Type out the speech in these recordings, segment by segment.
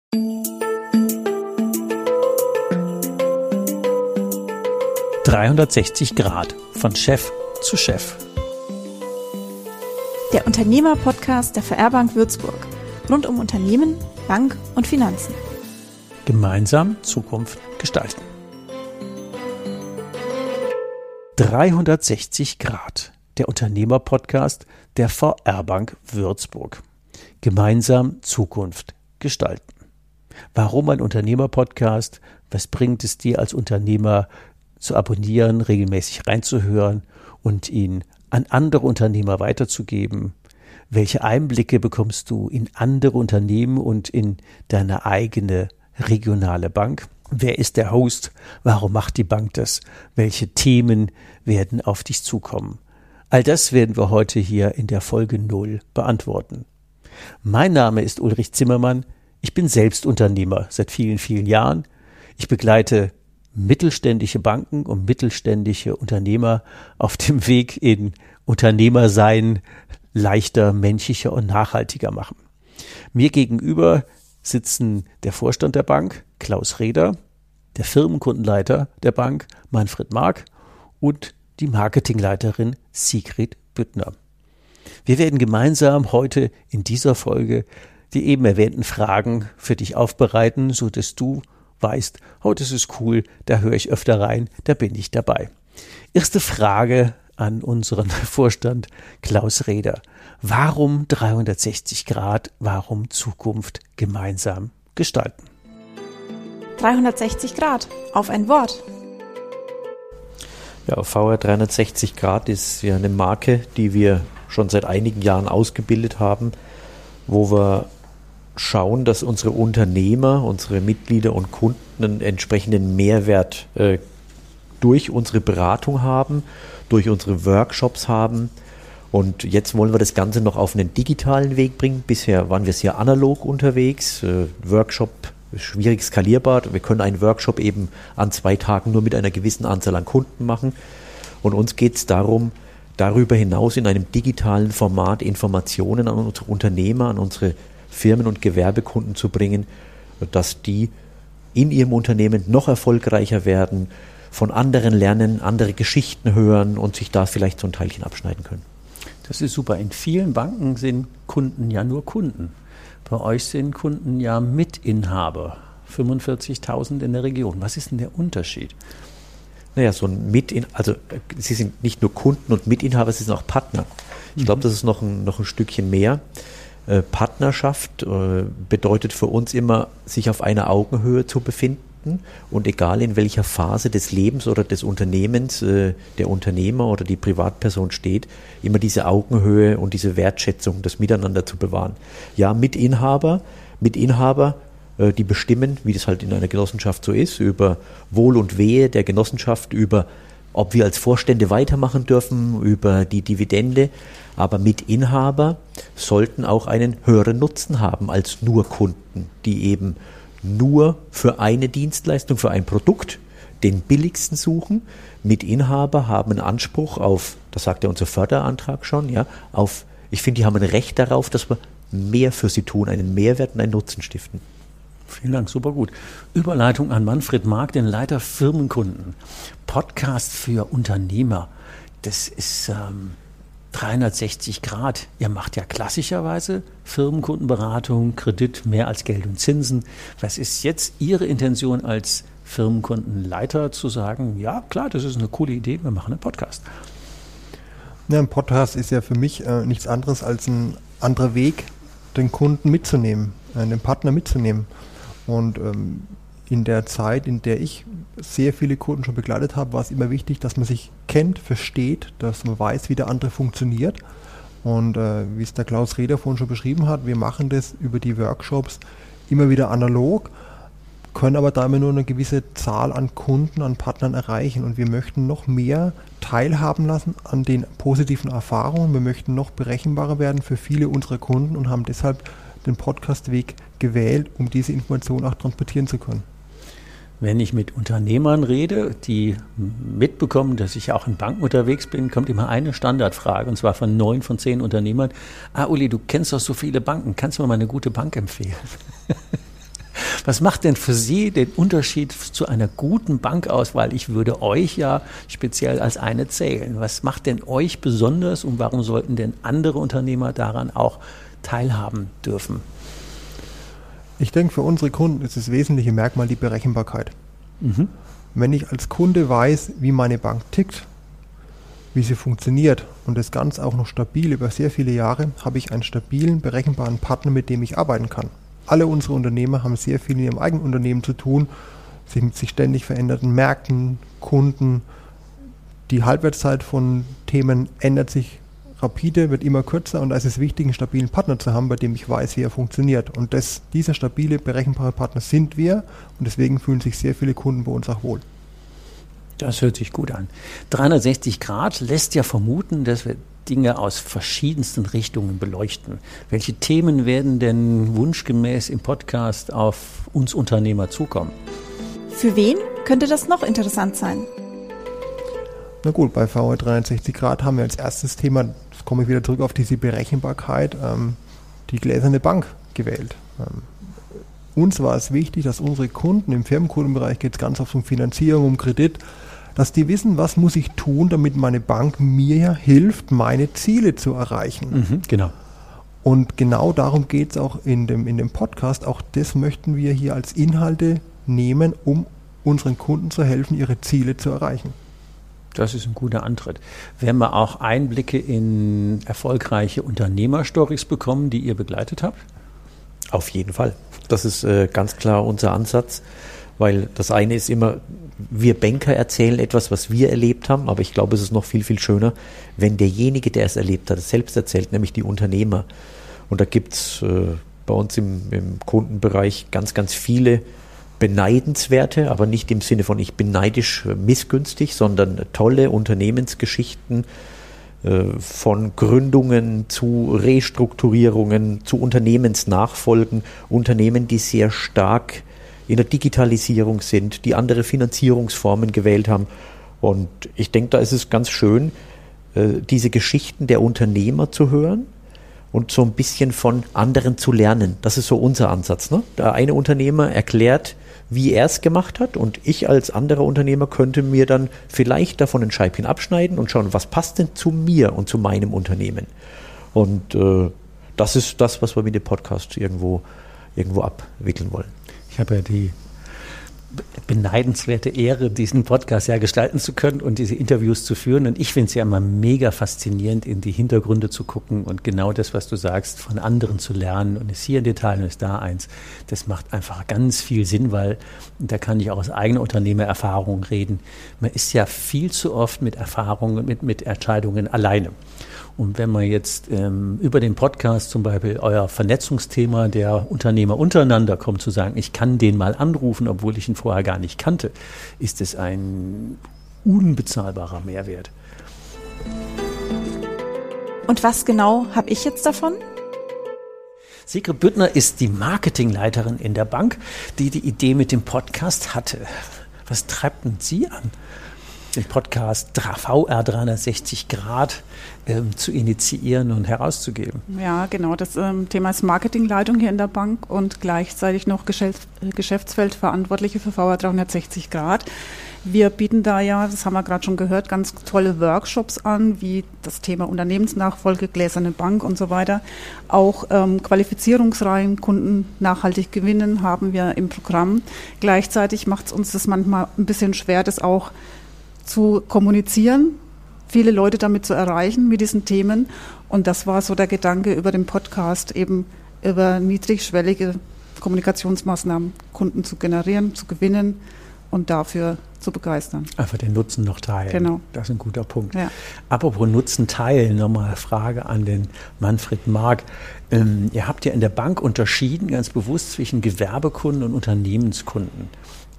»360 Grad von Chef zu Chef«. Der Unternehmer-Podcast der VR Bank Würzburg. Rund um Unternehmen, Bank und Finanzen. Gemeinsam Zukunft gestalten. 360 Grad. Der Unternehmer-Podcast der VR Bank Würzburg. Gemeinsam Zukunft gestalten. Warum ein Unternehmer-Podcast? Was bringt es dir als Unternehmer zu abonnieren, regelmäßig reinzuhören und ihn an andere Unternehmer weiterzugeben? Welche Einblicke bekommst du in andere Unternehmen und in deine eigene regionale Bank? Wer ist der Host? Warum macht die Bank das? Welche Themen werden auf dich zukommen? All das werden wir heute hier in der Folge 0 beantworten. Mein Name ist Ulrich Zimmermann. Ich bin selbst Unternehmer seit vielen, vielen Jahren. Ich begleite mittelständische Banken und mittelständische Unternehmer auf dem Weg in Unternehmersein leichter, menschlicher und nachhaltiger machen. Mir gegenüber sitzen der Vorstand der Bank, Klaus Reder, der Firmenkundenleiter der Bank, Manfred Mark, und die Marketingleiterin Sigrid Büttner. Wir werden gemeinsam heute in dieser Folge die eben erwähnten Fragen für dich aufbereiten, sodass du weißt, oh, das ist cool, da höre ich öfter rein, da bin ich dabei. Erste Frage an unseren Vorstand Klaus Reder. Warum 360 Grad, warum Zukunft gemeinsam gestalten? 360 Grad, auf ein Wort. Ja, VR 360 Grad ist ja eine Marke, die wir schon seit einigen Jahren ausgebildet haben, wo wir schauen, dass unsere Unternehmer, unsere Mitglieder und Kunden einen entsprechenden Mehrwert durch unsere Beratung haben, durch unsere Workshops haben. Und jetzt wollen wir das Ganze noch auf einen digitalen Weg bringen. Bisher waren wir sehr analog unterwegs. Workshop schwierig skalierbar. Wir können einen Workshop eben an 2 Tagen nur mit einer gewissen Anzahl an Kunden machen. Und uns geht es darum, darüber hinaus in einem digitalen Format Informationen an unsere Unternehmer, an unsere Firmen- und Gewerbekunden zu bringen, dass die in ihrem Unternehmen noch erfolgreicher werden, von anderen lernen, andere Geschichten hören und sich da vielleicht so ein Teilchen abschneiden können. Das ist super. In vielen Banken sind Kunden ja nur Kunden. Bei euch sind Kunden ja Mitinhaber. 45.000 in der Region. Was ist denn der Unterschied? Naja, sie sind nicht nur Kunden und Mitinhaber, sie sind auch Partner. Ich glaube, das ist noch ein Stückchen mehr. Partnerschaft bedeutet für uns immer, sich auf einer Augenhöhe zu befinden und egal in welcher Phase des Lebens oder des Unternehmens der Unternehmer oder die Privatperson steht, immer diese Augenhöhe und diese Wertschätzung, das Miteinander zu bewahren. Ja, Mitinhaber, die bestimmen, wie das halt in einer Genossenschaft so ist, über Wohl und Wehe der Genossenschaft, über ob wir als Vorstände weitermachen dürfen, über die Dividende. Aber Mitinhaber sollten auch einen höheren Nutzen haben als nur Kunden, die eben nur für eine Dienstleistung, für ein Produkt den billigsten suchen. Mitinhaber haben einen Anspruch auf, das sagt ja unser Förderantrag schon, ja, ich finde, die haben ein Recht darauf, dass wir mehr für sie tun, einen Mehrwert und einen Nutzen stiften. Vielen Dank, super gut. Überleitung an Manfred Mark, den Leiter Firmenkunden. Podcast für Unternehmer. Das ist 360 Grad. Ihr macht ja klassischerweise Firmenkundenberatung, Kredit, mehr als Geld und Zinsen. Was ist jetzt Ihre Intention als Firmenkundenleiter zu sagen, ja klar, das ist eine coole Idee, wir machen einen Podcast? Ja, ein Podcast ist ja für mich nichts anderes als ein anderer Weg, den Kunden mitzunehmen, den Partner mitzunehmen. Und in der Zeit, in der ich sehr viele Kunden schon begleitet habe, war es immer wichtig, dass man sich kennt, versteht, dass man weiß, wie der andere funktioniert. Und wie es der Klaus Reder vorhin schon beschrieben hat, wir machen das über die Workshops immer wieder analog, können aber da immer nur eine gewisse Zahl an Kunden, an Partnern erreichen. Und wir möchten noch mehr teilhaben lassen an den positiven Erfahrungen. Wir möchten noch berechenbarer werden für viele unserer Kunden und haben deshalb den Podcastweg gewählt, um diese Information auch transportieren zu können. Wenn ich mit Unternehmern rede, die mitbekommen, dass ich auch in Banken unterwegs bin, kommt immer eine Standardfrage, und zwar von 9 von 10 Unternehmern. Uli, du kennst doch so viele Banken, kannst du mir mal eine gute Bank empfehlen? Was macht denn für Sie den Unterschied zu einer guten Bank aus? Weil ich würde euch ja speziell als eine zählen. Was macht denn euch besonders und warum sollten denn andere Unternehmer daran auch teilhaben dürfen? Ich denke, für unsere Kunden ist das wesentliche Merkmal die Berechenbarkeit. Wenn ich als Kunde weiß, wie meine Bank tickt, wie sie funktioniert und das Ganze auch noch stabil über sehr viele Jahre, habe ich einen stabilen, berechenbaren Partner, mit dem ich arbeiten kann. Alle unsere Unternehmer haben sehr viel in ihrem eigenen Unternehmen zu tun, sich mit sich ständig veränderten Märkten, Kunden. Die Halbwertszeit von Themen ändert sich rapide, wird immer kürzer und da ist es wichtig, einen stabilen Partner zu haben, bei dem ich weiß, wie er funktioniert. Und dieser stabile, berechenbare Partner sind wir und deswegen fühlen sich sehr viele Kunden bei uns auch wohl. Das hört sich gut an. 360 Grad lässt ja vermuten, dass wir Dinge aus verschiedensten Richtungen beleuchten. Welche Themen werden denn wunschgemäß im Podcast auf uns Unternehmer zukommen? Für wen könnte das noch interessant sein? Na gut, bei VR 360 Grad haben wir als erstes Thema, jetzt komme ich wieder zurück auf diese Berechenbarkeit, die gläserne Bank gewählt. Uns war es wichtig, dass unsere Kunden im Firmenkundenbereich, geht es ganz oft um Finanzierung, um Kredit, dass die wissen, was muss ich tun, damit meine Bank mir hilft, meine Ziele zu erreichen. Genau. Und genau darum geht es auch in dem Podcast. Auch das möchten wir hier als Inhalte nehmen, um unseren Kunden zu helfen, ihre Ziele zu erreichen. Das ist ein guter Antritt. Werden wir auch Einblicke in erfolgreiche Unternehmerstories bekommen, die ihr begleitet habt? Auf jeden Fall. Das ist ganz klar unser Ansatz, weil das eine ist immer, wir Banker erzählen etwas, was wir erlebt haben, aber ich glaube, es ist noch viel, viel schöner, wenn derjenige, der es erlebt hat, es selbst erzählt, nämlich die Unternehmer. Und da gibt es bei uns im Kundenbereich ganz, ganz viele beneidenswerte, aber nicht im Sinne von ich bin neidisch missgünstig, sondern tolle Unternehmensgeschichten von Gründungen zu Restrukturierungen, zu Unternehmensnachfolgen, Unternehmen, die sehr stark in der Digitalisierung sind, die andere Finanzierungsformen gewählt haben. Und ich denke, da ist es ganz schön, diese Geschichten der Unternehmer zu hören und so ein bisschen von anderen zu lernen. Das ist so unser Ansatz, ne? Der eine Unternehmer erklärt, wie er es gemacht hat und ich als anderer Unternehmer könnte mir dann vielleicht davon ein Scheibchen abschneiden und schauen, was passt denn zu mir und zu meinem Unternehmen. Und das ist das, was wir mit dem Podcast irgendwo abwickeln wollen. Ich habe ja die beneidenswerte Ehre, diesen Podcast ja gestalten zu können und diese Interviews zu führen. Und ich finde es ja immer mega faszinierend, in die Hintergründe zu gucken und genau das, was du sagst, von anderen zu lernen. Und ist hier ein Detail und ist da eins. Das macht einfach ganz viel Sinn, weil da kann ich auch aus eigener Unternehmererfahrung reden. Man ist ja viel zu oft mit Erfahrungen, mit Entscheidungen alleine. Und wenn man jetzt über den Podcast zum Beispiel euer Vernetzungsthema der Unternehmer untereinander kommt, zu sagen, ich kann den mal anrufen, obwohl ich ihn vorher gar nicht kannte, ist es ein unbezahlbarer Mehrwert. Und was genau habe ich jetzt davon? Sigrid Büttner ist die Marketingleiterin in der Bank, die die Idee mit dem Podcast hatte. Was treibt denn Sie an, den Podcast VR 360 Grad zu initiieren und herauszugeben? Ja, genau. Das Thema ist Marketingleitung hier in der Bank und gleichzeitig noch Geschäftsfeldverantwortliche für VR 360 Grad. Wir bieten da ja, das haben wir gerade schon gehört, ganz tolle Workshops an, wie das Thema Unternehmensnachfolge, gläserne Bank und so weiter. Auch Qualifizierungsreihen, Kunden nachhaltig gewinnen, haben wir im Programm. Gleichzeitig macht es uns das manchmal ein bisschen schwer, das auch zu kommunizieren, viele Leute damit zu erreichen mit diesen Themen. Und das war so der Gedanke über den Podcast, eben über niedrigschwellige Kommunikationsmaßnahmen Kunden zu generieren, zu gewinnen und dafür zu begeistern. Einfach den Nutzen noch teilen. Genau. Das ist ein guter Punkt. Ja. Apropos Nutzen teilen, nochmal eine Frage an den Manfred Mark. Ihr habt ja in der Bank unterschieden, ganz bewusst, zwischen Gewerbekunden und Unternehmenskunden.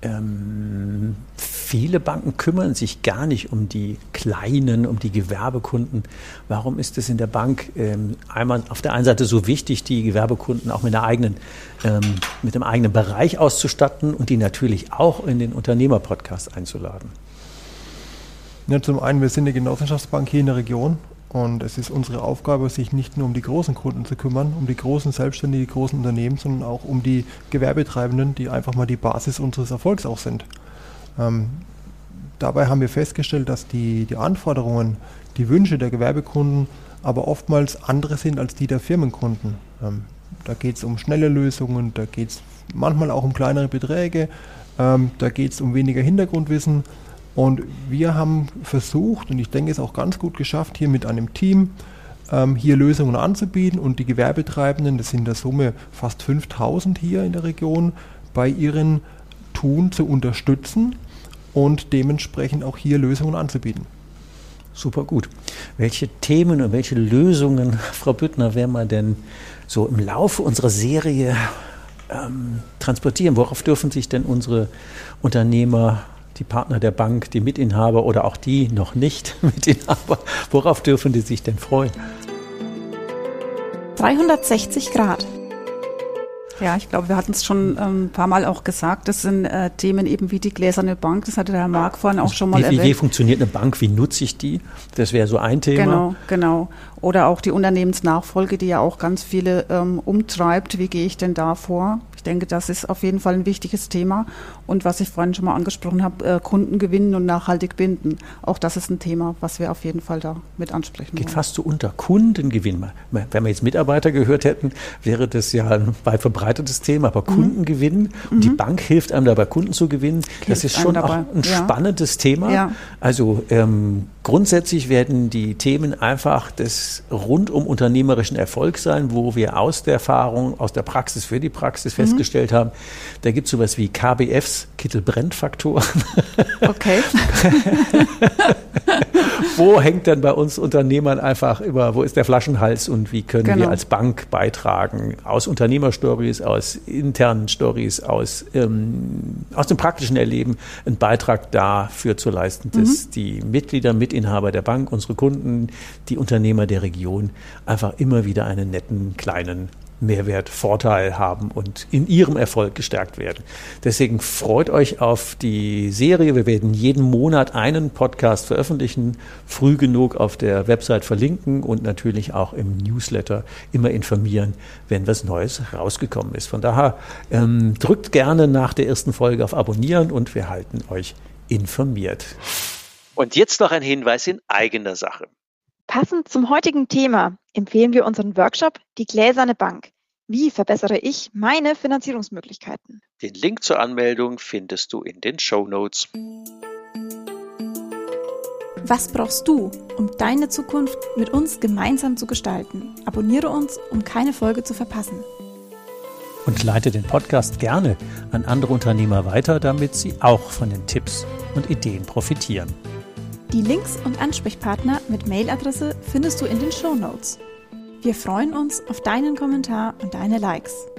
Viele Banken kümmern sich gar nicht um die kleinen, um die Gewerbekunden. Warum ist es in der Bank einmal auf der einen Seite so wichtig, die Gewerbekunden auch mit dem eigenen Bereich auszustatten und die natürlich auch in den Unternehmerpodcast einzuladen? Ja, zum einen, wir sind eine Genossenschaftsbank hier in der Region Und es ist unsere Aufgabe, sich nicht nur um die großen Kunden zu kümmern, um die großen Selbstständigen, die großen Unternehmen, sondern auch um die Gewerbetreibenden, die einfach mal die Basis unseres Erfolgs auch sind. Dabei haben wir festgestellt, dass die Anforderungen, die Wünsche der Gewerbekunden aber oftmals andere sind als die der Firmenkunden. Da geht es um schnelle Lösungen, da geht es manchmal auch um kleinere Beträge, da geht es um weniger Hintergrundwissen. Und wir haben versucht, und ich denke, es ist auch ganz gut geschafft, hier mit einem Team hier Lösungen anzubieten und die Gewerbetreibenden, das sind in der Summe fast 5.000 hier in der Region, bei ihren Tun zu unterstützen und dementsprechend auch hier Lösungen anzubieten. Super gut. Welche Themen und welche Lösungen, Frau Büttner, werden wir denn so im Laufe unserer Serie transportieren? Worauf dürfen sich denn unsere Unternehmer, die Partner der Bank, die Mitinhaber oder auch die noch nicht Mitinhaber, worauf dürfen die sich denn freuen? 360 Grad. Ja, ich glaube, wir hatten es schon ein paar Mal auch gesagt, das sind Themen eben wie die gläserne Bank, das hatte der Herr Mark vorhin auch schon mal erwähnt. Wie funktioniert eine Bank, wie nutze ich die? Das wäre so ein Thema. Genau. Oder auch die Unternehmensnachfolge, die ja auch ganz viele umtreibt. Wie gehe ich denn da vor? Ich denke, das ist auf jeden Fall ein wichtiges Thema. Und was ich vorhin schon mal angesprochen habe, Kunden gewinnen und nachhaltig binden. Auch das ist ein Thema, was wir auf jeden Fall da mit ansprechen wollen. Geht fast so unter Kundengewinn. Wenn wir jetzt Mitarbeiter gehört hätten, wäre das ja ein weit verbreitetes Thema. Aber Kundengewinn, die Bank hilft einem dabei, Kunden zu gewinnen. Das ist schon auch ein spannendes Thema. Ja. Also grundsätzlich werden die Themen einfach des rundum unternehmerischen Erfolgs sein, wo wir aus der Erfahrung, aus der Praxis für die Praxis festgestellt haben, da gibt es sowas wie KBFs, Kittel-Brent-Faktor. Okay. Wo hängt denn bei uns Unternehmern einfach wo ist der Flaschenhals und wie können wir als Bank beitragen, aus Unternehmerstories, aus internen Stories, aus dem praktischen Erleben einen Beitrag dafür zu leisten, dass die Mitglieder, Mitinhaber der Bank, unsere Kunden, die Unternehmer der Region einfach immer wieder einen netten kleinen Mehrwert, Vorteil haben und in ihrem Erfolg gestärkt werden. Deswegen freut euch auf die Serie. Wir werden jeden Monat einen Podcast veröffentlichen, früh genug auf der Website verlinken und natürlich auch im Newsletter immer informieren, wenn was Neues rausgekommen ist. Von daher drückt gerne nach der ersten Folge auf Abonnieren und wir halten euch informiert. Und jetzt noch ein Hinweis in eigener Sache. Passend zum heutigen Thema empfehlen wir unseren Workshop Die gläserne Bank. Wie verbessere ich meine Finanzierungsmöglichkeiten? Den Link zur Anmeldung findest du in den Shownotes. Was brauchst du, um deine Zukunft mit uns gemeinsam zu gestalten? Abonniere uns, um keine Folge zu verpassen. Und leite den Podcast gerne an andere Unternehmer weiter, damit sie auch von den Tipps und Ideen profitieren. Die Links und Ansprechpartner mit Mailadresse findest du in den Shownotes. Wir freuen uns auf deinen Kommentar und deine Likes.